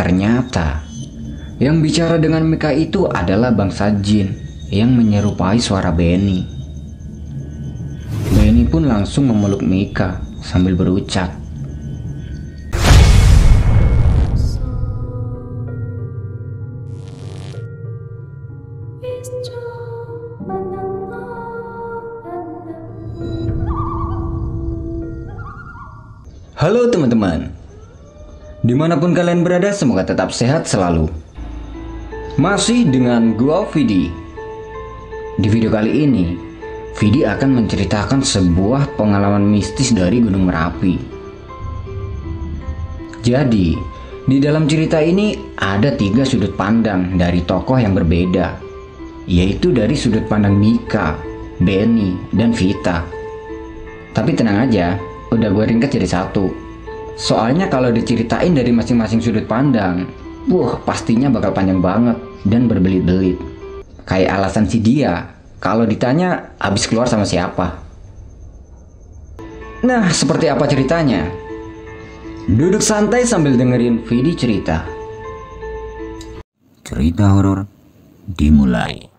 Ternyata yang bicara dengan Mika itu adalah bangsa jin yang menyerupai suara Benny. Benny pun langsung memeluk Mika sambil berucap, "Halo teman-teman, dimanapun kalian berada semoga tetap sehat selalu. Masih dengan gua Vidi. Di video kali ini, Vidi akan menceritakan sebuah pengalaman mistis dari Gunung Merapi. Jadi, di dalam cerita ini ada 3 sudut pandang dari tokoh yang berbeda, yaitu dari sudut pandang Mika, Benny, dan Vita. Tapi tenang aja, udah gue ringkas jadi satu. Soalnya kalau diceritain dari masing-masing sudut pandang, pastinya bakal panjang banget dan berbelit-belit. Kayak alasan si dia kalau ditanya habis keluar sama siapa. Nah, seperti apa ceritanya? Duduk santai sambil dengerin Vidi cerita. Cerita horor dimulai.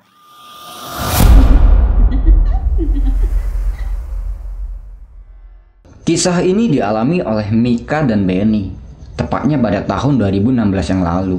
Kisah ini dialami oleh Mika dan Benny, tepatnya pada tahun 2016 yang lalu.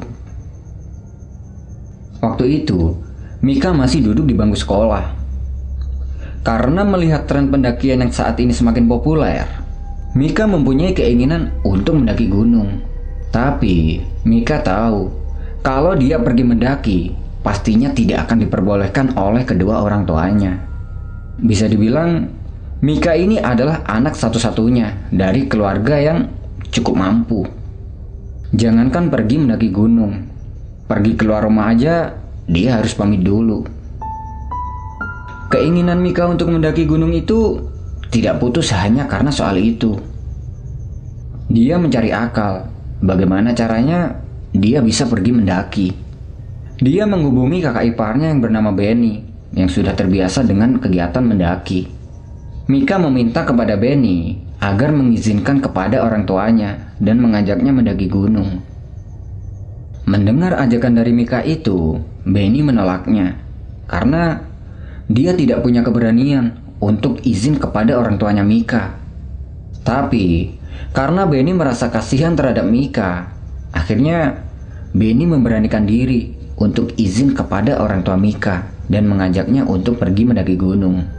Waktu itu, Mika masih duduk di bangku sekolah. Karena melihat tren pendakian yang saat ini semakin populer, Mika mempunyai keinginan untuk mendaki gunung. Tapi, Mika tahu kalau dia pergi mendaki, pastinya tidak akan diperbolehkan oleh kedua orang tuanya. Bisa dibilang, Mika ini adalah anak satu-satunya dari keluarga yang cukup mampu. Jangankan pergi mendaki gunung, pergi keluar rumah aja dia harus pamit dulu. Keinginan Mika untuk mendaki gunung itu tidak putus hanya karena soal itu. Dia mencari akal, bagaimana caranya dia bisa pergi mendaki. Dia menghubungi kakak iparnya yang bernama Benny, yang sudah terbiasa dengan kegiatan mendaki. Mika meminta kepada Benny agar mengizinkan kepada orang tuanya dan mengajaknya mendaki gunung. Mendengar ajakan dari Mika itu, Benny menolaknya karena dia tidak punya keberanian untuk izin kepada orang tuanya Mika. Tapi karena Benny merasa kasihan terhadap Mika, akhirnya Benny memberanikan diri untuk izin kepada orang tua Mika dan mengajaknya untuk pergi mendaki gunung.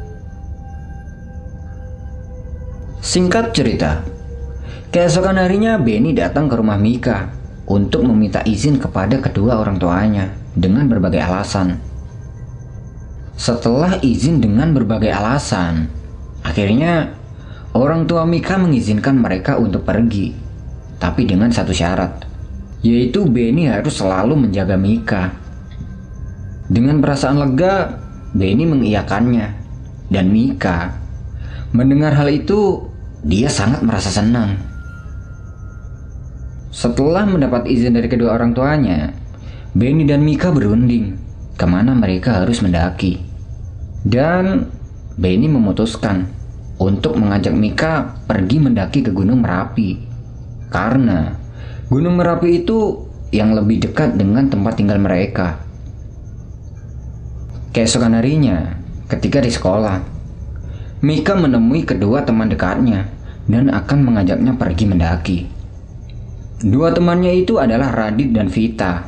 Singkat cerita, keesokan harinya Benny datang ke rumah Mika untuk meminta izin kepada kedua orang tuanya dengan berbagai alasan. Setelah izin dengan berbagai alasan, akhirnya orang tua Mika mengizinkan mereka untuk pergi, tapi dengan satu syarat, yaitu Benny harus selalu menjaga Mika. Dengan perasaan lega, Benny mengiyakannya, dan Mika mendengar hal itu, dia sangat merasa senang. Setelah mendapat izin dari kedua orang tuanya, Benny dan Mika berunding kemana mereka harus mendaki. Dan Benny memutuskan untuk mengajak Mika pergi mendaki ke Gunung Merapi. Karena Gunung Merapi itu yang lebih dekat dengan tempat tinggal mereka. Keesokan harinya, ketika di sekolah, Mika menemui kedua teman dekatnya dan akan mengajaknya pergi mendaki. Dua temannya itu adalah Radit dan Vita.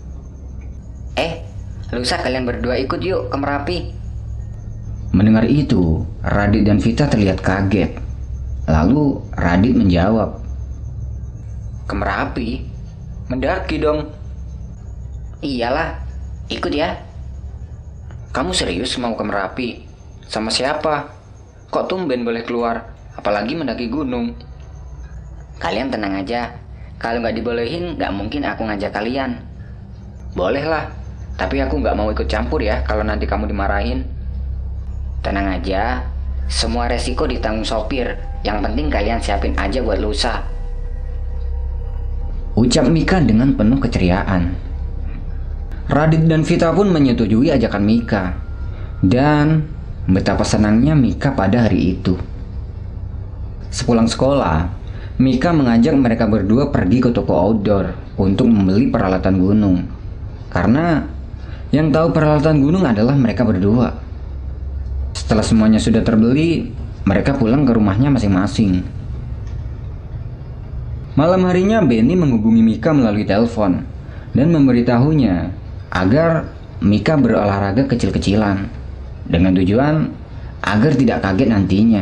Lusa kalian berdua ikut yuk ke Merapi. Mendengar itu, Radit dan Vita terlihat kaget. Lalu Radit menjawab, Ke Merapi? Mendaki dong. Iyalah, ikut ya. Kamu serius mau ke Merapi? Sama siapa? Kok tumben boleh keluar, apalagi mendaki gunung? Kalian tenang aja, kalau nggak dibolehin nggak mungkin aku ngajak kalian. Boleh lah, tapi aku nggak mau ikut campur ya kalau nanti kamu dimarahin. Tenang aja, semua resiko ditanggung sopir, yang penting kalian siapin aja buat lusa. ucap Mika dengan penuh keceriaan. Radit dan Vita pun menyetujui ajakan Mika, dan betapa senangnya Mika pada hari itu. Sepulang sekolah, Mika mengajak mereka berdua pergi ke toko outdoor untuk membeli peralatan gunung. Karena yang tahu peralatan gunung adalah mereka berdua. Setelah semuanya sudah terbeli, mereka pulang ke rumahnya masing-masing. Malam harinya Benny menghubungi Mika melalui telepon dan memberitahunya agar Mika berolahraga kecil-kecilan dengan tujuan agar tidak kaget nantinya.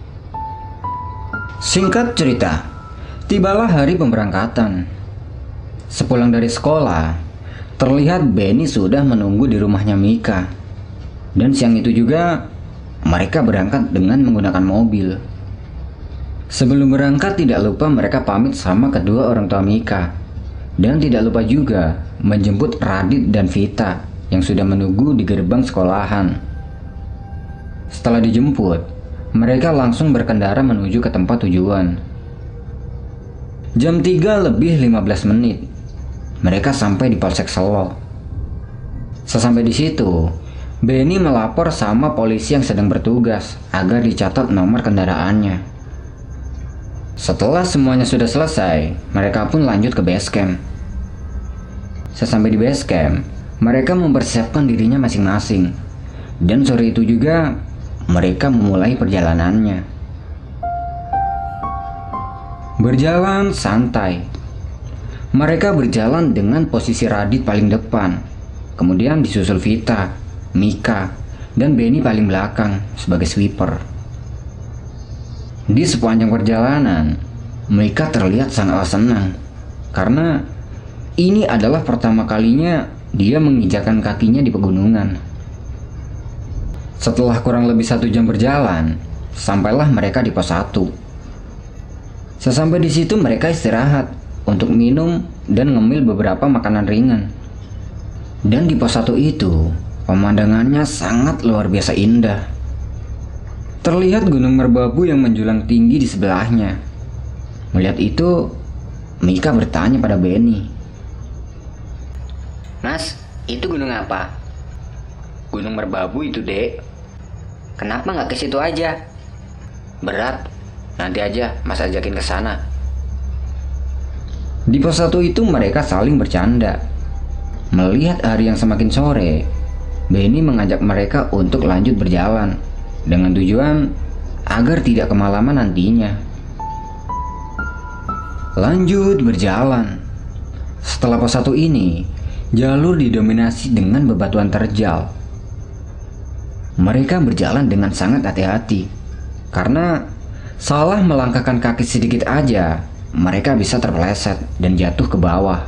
Singkat cerita, tibalah hari pemberangkatan. Sepulang dari sekolah, terlihat Benny sudah menunggu di rumahnya Mika. Dan siang itu juga mereka berangkat dengan menggunakan mobil. Sebelum berangkat tidak lupa mereka pamit sama kedua orang tua Mika. Dan tidak lupa juga menjemput Radit dan Vita yang sudah menunggu di gerbang sekolahan. Setelah dijemput, mereka langsung berkendara menuju ke tempat tujuan. Jam 3:15 mereka sampai di Polsek Selo. Sesampai di situ, Benny melapor sama polisi yang sedang bertugas agar dicatat nomor kendaraannya. Setelah semuanya sudah selesai, mereka pun lanjut ke base camp. Sesampai di base camp, mereka mempersiapkan dirinya masing-masing. Dan sore itu juga, mereka memulai perjalanannya. Berjalan santai. Mereka berjalan dengan posisi Radit paling depan. Kemudian disusul Vita, Mika, dan Benny paling belakang sebagai sweeper. Di sepanjang perjalanan, Mika terlihat sangat senang karena ini adalah pertama kalinya dia menginjakan kakinya di pegunungan. Setelah kurang lebih 1 jam berjalan, sampailah mereka di pos 1. Sesampai di situ mereka istirahat untuk minum dan ngemil beberapa makanan ringan. Dan di pos 1 itu, pemandangannya sangat luar biasa indah. Terlihat Gunung Merbabu yang menjulang tinggi di sebelahnya. Melihat itu, Mika bertanya pada Benny. Mas, itu gunung apa? Gunung Merbabu itu, Dek. Kenapa nggak ke situ aja? Berat. Nanti aja Mas ajakin ke sana. Di pos 1 itu mereka saling bercanda. Melihat hari yang semakin sore, Benny mengajak mereka untuk lanjut berjalan dengan tujuan agar tidak kemalaman nantinya. Lanjut berjalan. Setelah pos 1 ini, jalur didominasi dengan bebatuan terjal. Mereka berjalan dengan sangat hati-hati karena salah melangkahkan kaki sedikit aja, mereka bisa terpeleset dan jatuh ke bawah.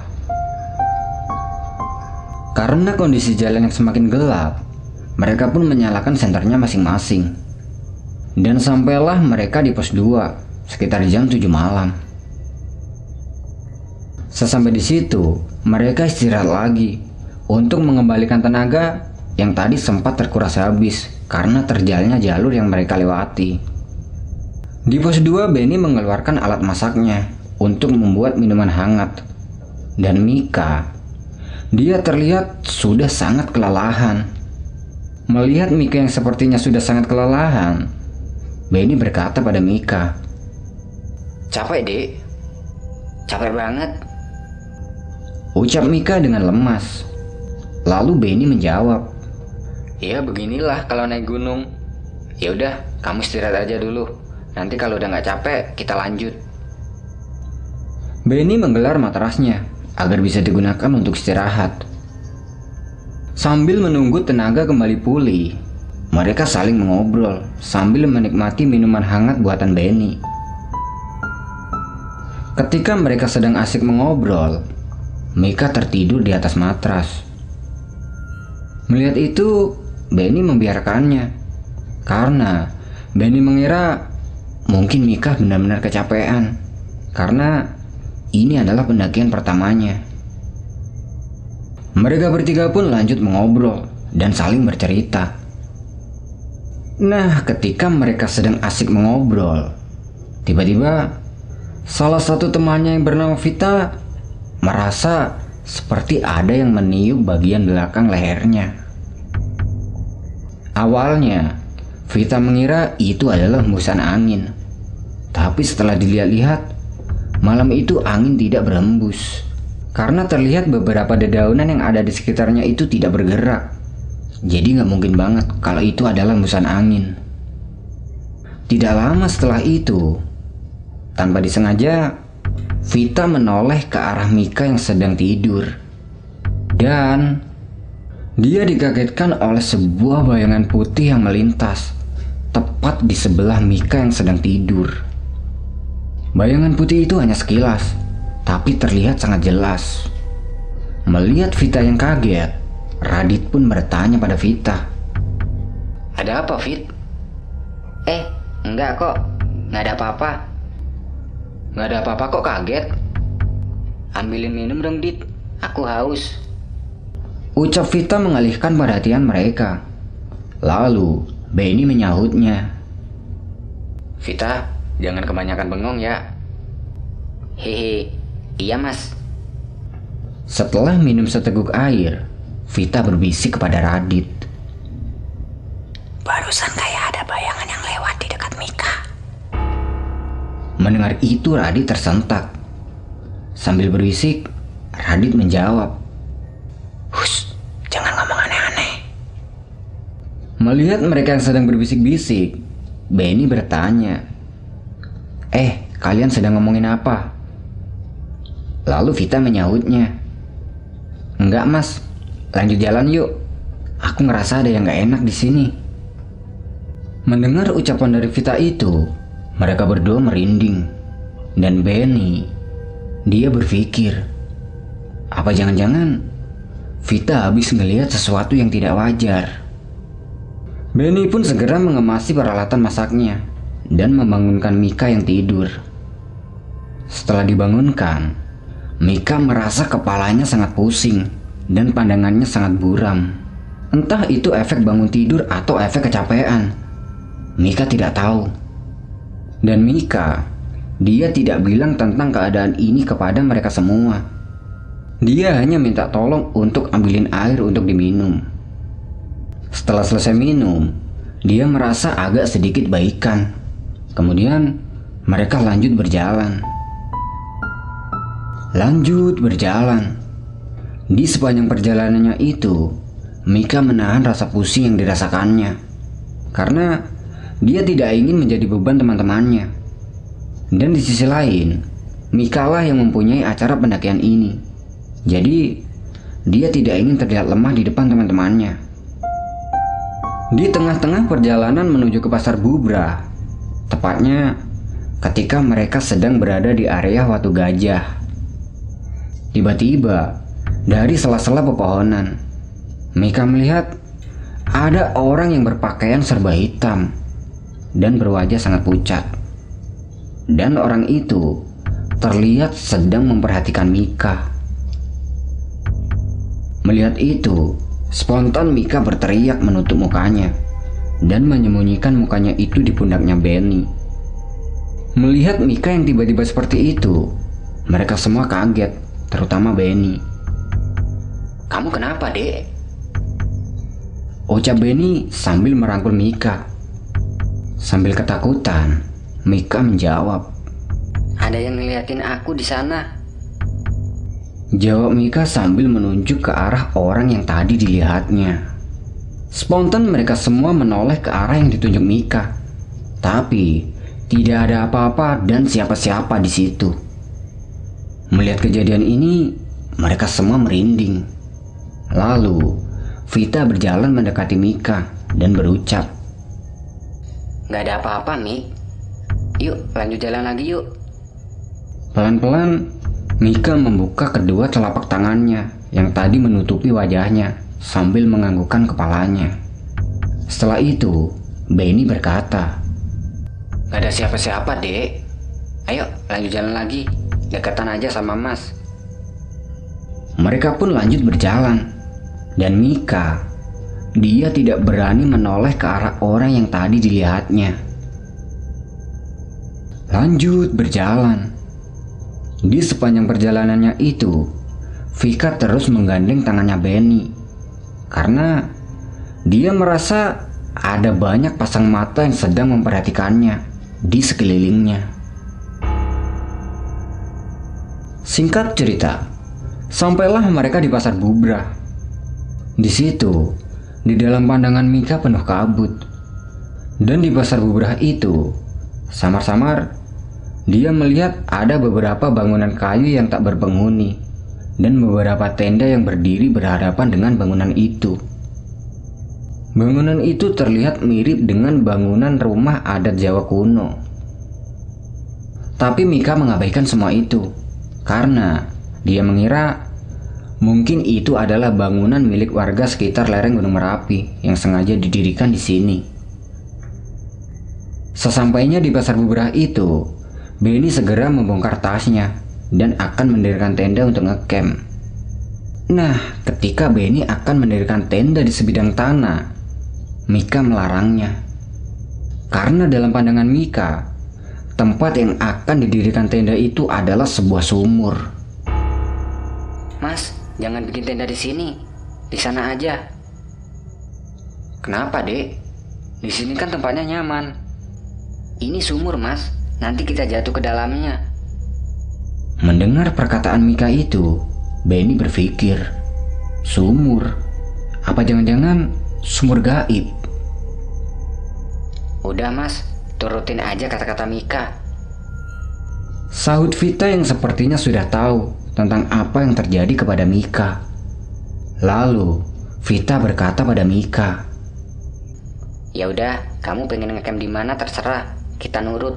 Karena kondisi jalan yang semakin gelap, mereka pun menyalakan senternya masing-masing. Dan sampailah mereka di pos 2 sekitar jam 7 malam. Sesampai di situ, mereka istirahat lagi untuk mengembalikan tenaga yang tadi sempat terkuras habis karena terjalnya jalur yang mereka lewati. Di pos 2, Benny mengeluarkan alat masaknya untuk membuat minuman hangat. Dan Mika, dia terlihat sudah sangat kelelahan. Melihat Mika yang sepertinya sudah sangat kelelahan, Benny berkata pada Mika, Capek, Dek. Capek banget. ucap Mika dengan lemas. Lalu Benny menjawab, Ya beginilah kalau naik gunung. Ya udah, kamu istirahat aja dulu. Nanti kalau udah nggak capek, kita lanjut. Benny menggelar matrasnya agar bisa digunakan untuk istirahat. Sambil menunggu tenaga kembali pulih, mereka saling mengobrol sambil menikmati minuman hangat buatan Benny. Ketika mereka sedang asik mengobrol, Mika tertidur di atas matras. Melihat itu, Benny membiarkannya karena Benny mengira mungkin Mika benar-benar kecapean karena ini adalah pendakian pertamanya. Mereka bertiga pun lanjut mengobrol dan saling bercerita. Nah, ketika mereka sedang asik mengobrol, tiba-tiba salah satu temannya yang bernama Vita merasa seperti ada yang meniup bagian belakang lehernya. Awalnya, Vita mengira itu adalah hembusan angin. Tapi setelah dilihat-lihat, Malam itu angin tidak berhembus, karena terlihat beberapa dedaunan yang ada di sekitarnya itu tidak bergerak. Jadi nggak mungkin banget kalau itu adalah hembusan angin. Tidak lama setelah itu, tanpa disengaja, Vita menoleh ke arah Mika yang sedang tidur. Dan dia dikagetkan oleh sebuah bayangan putih yang melintas tepat di sebelah Mika yang sedang tidur. Bayangan putih itu hanya sekilas, tapi terlihat sangat jelas. Melihat Vita yang kaget, Radit pun bertanya pada Vita. Ada apa, Fit? Enggak kok. Nggak ada apa-apa. Nggak ada apa-apa kok kaget. Ambilin minum dong, Dit. Aku haus. Ucap Vita mengalihkan perhatian mereka. Lalu Benny menyahutnya. Vita, jangan kebanyakan bengong ya. Hehe, iya mas. Setelah minum seteguk air, Vita berbisik kepada Radit. Barusan kayak ada bayangan yang lewat di dekat Mika. Mendengar itu Radit tersentak. Sambil berbisik, Radit menjawab. Hush, jangan ngomong aneh-aneh. Melihat mereka yang sedang berbisik-bisik, Benny bertanya, kalian sedang ngomongin apa? Lalu Vita menyahutnya, enggak mas, lanjut jalan yuk. Aku ngerasa ada yang gak enak di sini. Mendengar ucapan dari Vita itu, mereka berdua merinding. Dan Benny, dia berpikir, apa jangan-jangan Vita habis ngelihat sesuatu yang tidak wajar. Benny pun segera mengemasi peralatan masaknya dan membangunkan Mika yang tidur. Setelah dibangunkan, Mika merasa kepalanya sangat pusing dan pandangannya sangat buram. Entah itu efek bangun tidur atau efek kecapean. Mika tidak tahu. Dan Mika, dia tidak bilang tentang keadaan ini kepada mereka semua. Dia hanya minta tolong untuk ambilin air untuk diminum. Setelah selesai minum, dia merasa agak sedikit baikan. Kemudian mereka lanjut berjalan. Di sepanjang perjalanannya itu, Mika menahan rasa pusing yang dirasakannya. Karena dia tidak ingin menjadi beban teman-temannya. Dan di sisi lain, Mika lah yang mempunyai acara pendakian ini. Jadi, dia tidak ingin terlihat lemah di depan teman-temannya. Di tengah-tengah perjalanan menuju ke Pasar Bubra, tepatnya ketika mereka sedang berada di area Watu Gajah, tiba-tiba dari sela-sela pepohonan, Mika melihat ada orang yang berpakaian serba hitam dan berwajah sangat pucat. Dan orang itu terlihat sedang memperhatikan Mika. Melihat itu, spontan Mika berteriak menutup mukanya dan menyembunyikan mukanya itu di pundaknya Benny. Melihat Mika yang tiba-tiba seperti itu, mereka semua kaget, terutama Benny. Kamu kenapa, Dek? Ucap Benny sambil merangkul Mika. Sambil ketakutan, Mika menjawab, Ada yang ngeliatin aku di sana. jawab Mika sambil menunjuk ke arah orang yang tadi dilihatnya. Spontan mereka semua menoleh ke arah yang ditunjuk Mika. Tapi tidak ada apa-apa dan siapa-siapa di situ. Melihat kejadian ini, mereka semua merinding. Lalu, Vita berjalan mendekati Mika dan berucap, Nggak ada apa-apa, Mik. Yuk, lanjut jalan lagi yuk. Pelan-pelan, Mika membuka kedua telapak tangannya yang tadi menutupi wajahnya sambil menganggukkan kepalanya. Setelah itu, Benny berkata, Nggak ada siapa-siapa, Dek. Ayo, lanjut jalan lagi. Deketan aja sama Mas. Mereka pun lanjut berjalan. Dan Mika, dia tidak berani menoleh ke arah orang yang tadi dilihatnya. Lanjut berjalan. Di sepanjang perjalanannya itu, Vika terus menggandeng tangannya Benny. Karena dia merasa ada banyak pasang mata yang sedang memperhatikannya di sekelilingnya. Singkat cerita, sampailah mereka di pasar Bubrah. Di situ, di dalam pandangan Mika penuh kabut. Dan di pasar Bubrah itu, samar-samar dia melihat ada beberapa bangunan kayu yang tak berpenghuni dan beberapa tenda yang berdiri berhadapan dengan bangunan itu. Bangunan itu terlihat mirip dengan bangunan rumah adat Jawa kuno. Tapi Mika mengabaikan semua itu karena dia mengira mungkin itu adalah bangunan milik warga sekitar lereng Gunung Merapi yang sengaja didirikan di sini. Sesampainya di pasar Bubrah itu, Benny segera membongkar tasnya dan akan mendirikan tenda untuk ngecamp. Nah, ketika Benny akan mendirikan tenda di sebidang tanah, Mika melarangnya. Karena dalam pandangan Mika, tempat yang akan didirikan tenda itu adalah sebuah sumur. Mas, jangan bikin tenda di sini. Di sana aja. Kenapa, Dek? Di sini kan tempatnya nyaman. Ini sumur, Mas. Nanti kita jatuh ke dalamnya. Mendengar perkataan Mika itu, Benny berpikir, sumur? Apa jangan-jangan sumur gaib? Udah, Mas. Turutin aja kata-kata Mika. Sahut Vita yang sepertinya sudah tahu tentang apa yang terjadi kepada Mika. Lalu, Vita berkata pada Mika, Ya udah, kamu pengen ngecamp di mana terserah. Kita nurut.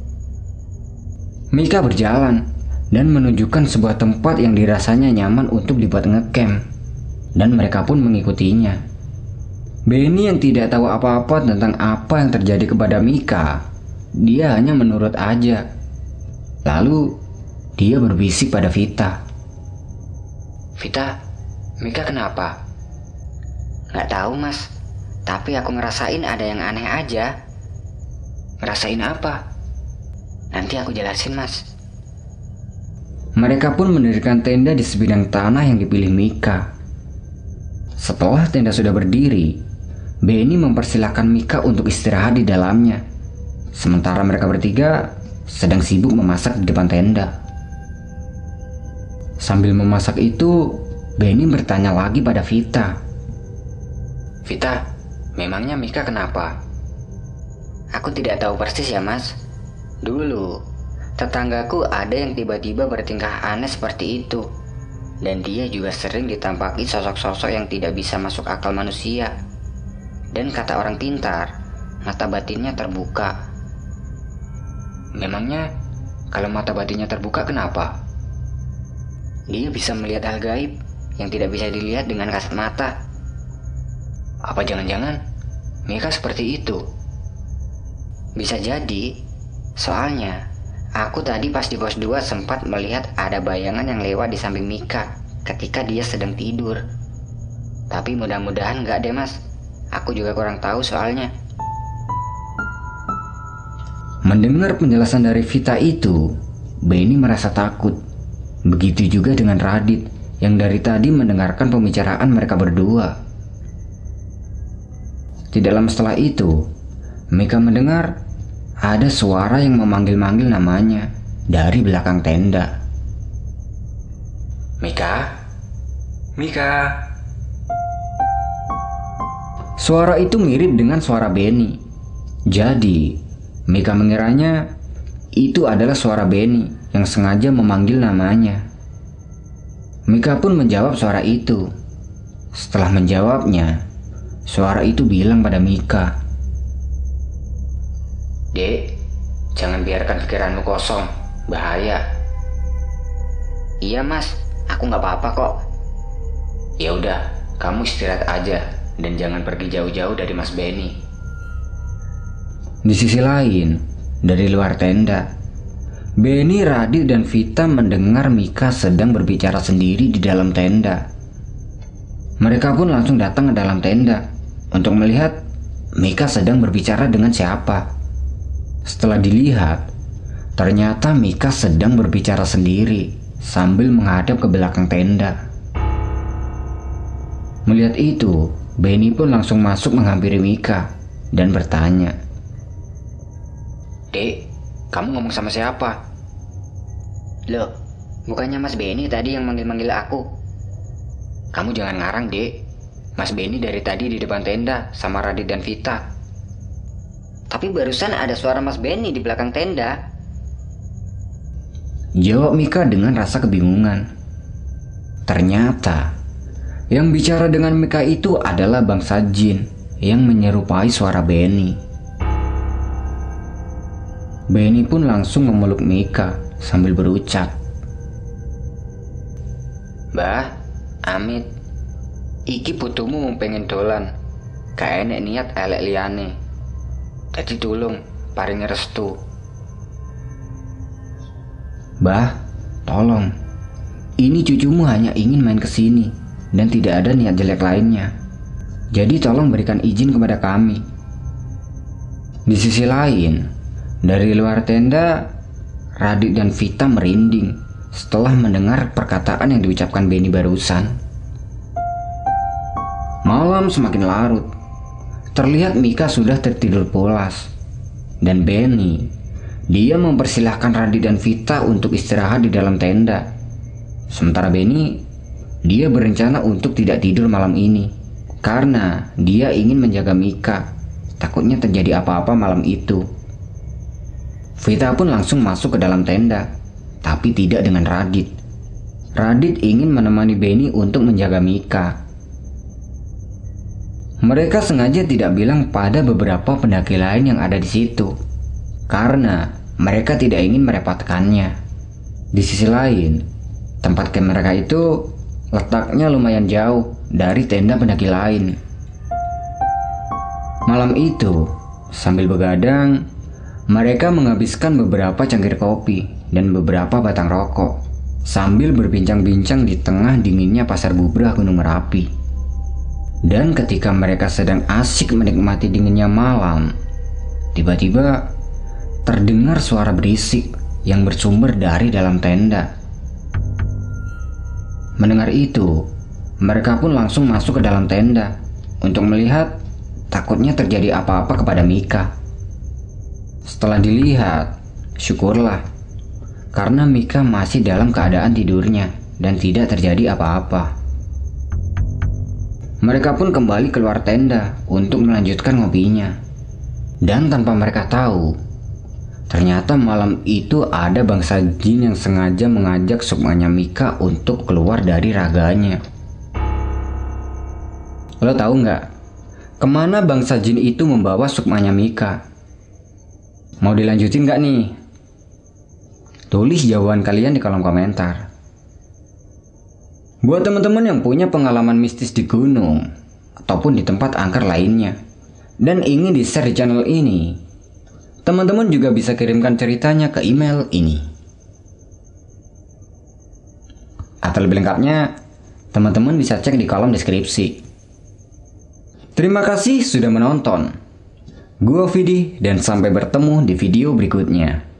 Mika berjalan dan menunjukkan sebuah tempat yang dirasanya nyaman untuk dibuat ngecamp, dan mereka pun mengikutinya. Benny yang tidak tahu apa-apa tentang apa yang terjadi kepada Mika, dia hanya menurut aja. Lalu dia berbisik pada Vita. Vita, Mika kenapa? Nggak tahu, Mas. Tapi aku ngerasain ada yang aneh aja. Ngerasain apa? Nanti aku jelasin, Mas. Mereka pun mendirikan tenda di sebidang tanah yang dipilih Mika. Setelah tenda sudah berdiri, Benny mempersilahkan Mika untuk istirahat di dalamnya. Sementara mereka bertiga sedang sibuk memasak di depan tenda. Sambil memasak itu, Benny bertanya lagi pada Vita. Vita, memangnya Mika kenapa? Aku tidak tahu persis ya, Mas. Dulu, tetanggaku ada yang tiba-tiba bertingkah aneh seperti itu. Dan dia juga sering ditampaki sosok-sosok yang tidak bisa masuk akal manusia. Dan kata orang pintar, mata batinnya terbuka. Memangnya kalau mata batinnya terbuka kenapa? Dia bisa melihat hal gaib yang tidak bisa dilihat dengan kasat mata. Apa jangan-jangan Mika seperti itu? Bisa jadi, soalnya aku tadi pas di pos 2 sempat melihat ada bayangan yang lewat di samping Mika ketika dia sedang tidur. Tapi mudah-mudahan nggak deh, Mas. Aku juga kurang tahu soalnya. Mendengar penjelasan dari Vita itu, Benny merasa takut. Begitu juga dengan Radit yang dari tadi mendengarkan pembicaraan mereka berdua. Tidak lama setelah itu, Mika mendengar ada suara yang memanggil-manggil namanya dari belakang tenda. Mika? Mika? Suara itu mirip dengan suara Benny. Jadi, Mika mengiranya itu adalah suara Benny yang sengaja memanggil namanya. Mika pun menjawab suara itu. Setelah menjawabnya, suara itu bilang pada Mika, Dek, jangan biarkan pikiranmu kosong. Bahaya. Iya, Mas. Aku nggak apa-apa kok. Ya udah, kamu istirahat aja dan jangan pergi jauh-jauh dari Mas Benny. Di sisi lain, dari luar tenda, Benny, Radit, dan Vita mendengar Mika sedang berbicara sendiri di dalam tenda. Mereka pun langsung datang ke dalam tenda untuk melihat Mika sedang berbicara dengan siapa. Setelah dilihat, ternyata Mika sedang berbicara sendiri sambil menghadap ke belakang tenda. Melihat itu, Benny pun langsung masuk menghampiri Mika dan bertanya, Dek, kamu ngomong sama siapa? Loh, Bukannya Mas Benny tadi yang manggil-manggil aku? Kamu jangan ngarang, Dek. Mas Benny dari tadi di depan tenda sama Radit dan Vita. Tapi barusan ada suara Mas Benny di belakang tenda. Jawab Mika dengan rasa kebingungan. Ternyata yang bicara dengan Mika itu adalah bangsa jin yang menyerupai suara Benny. Benny pun langsung memeluk Mika sambil berucap, Mbah, Amit, iki putumu pengen dolan. Gak enek niat elek liyane. Jadi tolong paring restu. Bah, tolong. Ini cucumu hanya ingin main ke sini dan tidak ada niat jelek lainnya. Jadi tolong berikan izin kepada kami. Di sisi lain, dari luar tenda, Radit dan Vita merinding setelah mendengar perkataan yang diucapkan Benny barusan. Malam semakin larut. Terlihat Mika sudah tertidur pulas. Dan Benny, dia mempersilahkan Radit dan Vita untuk istirahat di dalam tenda. Sementara Benny, dia berencana untuk tidak tidur malam ini karena dia ingin menjaga Mika. Takutnya terjadi apa-apa malam itu. Vita pun langsung masuk ke dalam tenda, tapi tidak dengan Radit. Radit ingin menemani Benny untuk menjaga Mika. Mereka sengaja tidak bilang pada beberapa pendaki lain yang ada di situ, karena mereka tidak ingin merepotkannya. Di sisi lain, tempat camp mereka itu letaknya lumayan jauh dari tenda pendaki lain. Malam itu, sambil begadang, mereka menghabiskan beberapa cangkir kopi dan beberapa batang rokok sambil berbincang-bincang di tengah dinginnya pasar bubrah Gunung Merapi. Dan ketika mereka sedang asik menikmati dinginnya malam, tiba-tiba terdengar suara berisik yang bersumber dari dalam tenda. Mendengar itu, mereka pun langsung masuk ke dalam tenda untuk melihat takutnya terjadi apa-apa kepada Mika. Setelah dilihat, syukurlah, karena Mika masih dalam keadaan tidurnya dan tidak terjadi apa-apa. Mereka pun kembali keluar tenda untuk melanjutkan ngopinya. Dan tanpa mereka tahu, ternyata malam itu ada bangsa jin yang sengaja mengajak sukmanya Mika untuk keluar dari raganya. Lo tahu nggak, kemana bangsa jin itu membawa sukmanya Mika? Mau dilanjutin nggak nih? Tulis jawaban kalian di kolom komentar. Buat teman-teman yang punya pengalaman mistis di gunung ataupun di tempat angker lainnya dan ingin di-share di channel ini, teman-teman juga bisa kirimkan ceritanya ke email ini. Atau lebih lengkapnya, teman-teman bisa cek di kolom deskripsi. Terima kasih sudah menonton. Gua Vidi dan sampai bertemu di video berikutnya.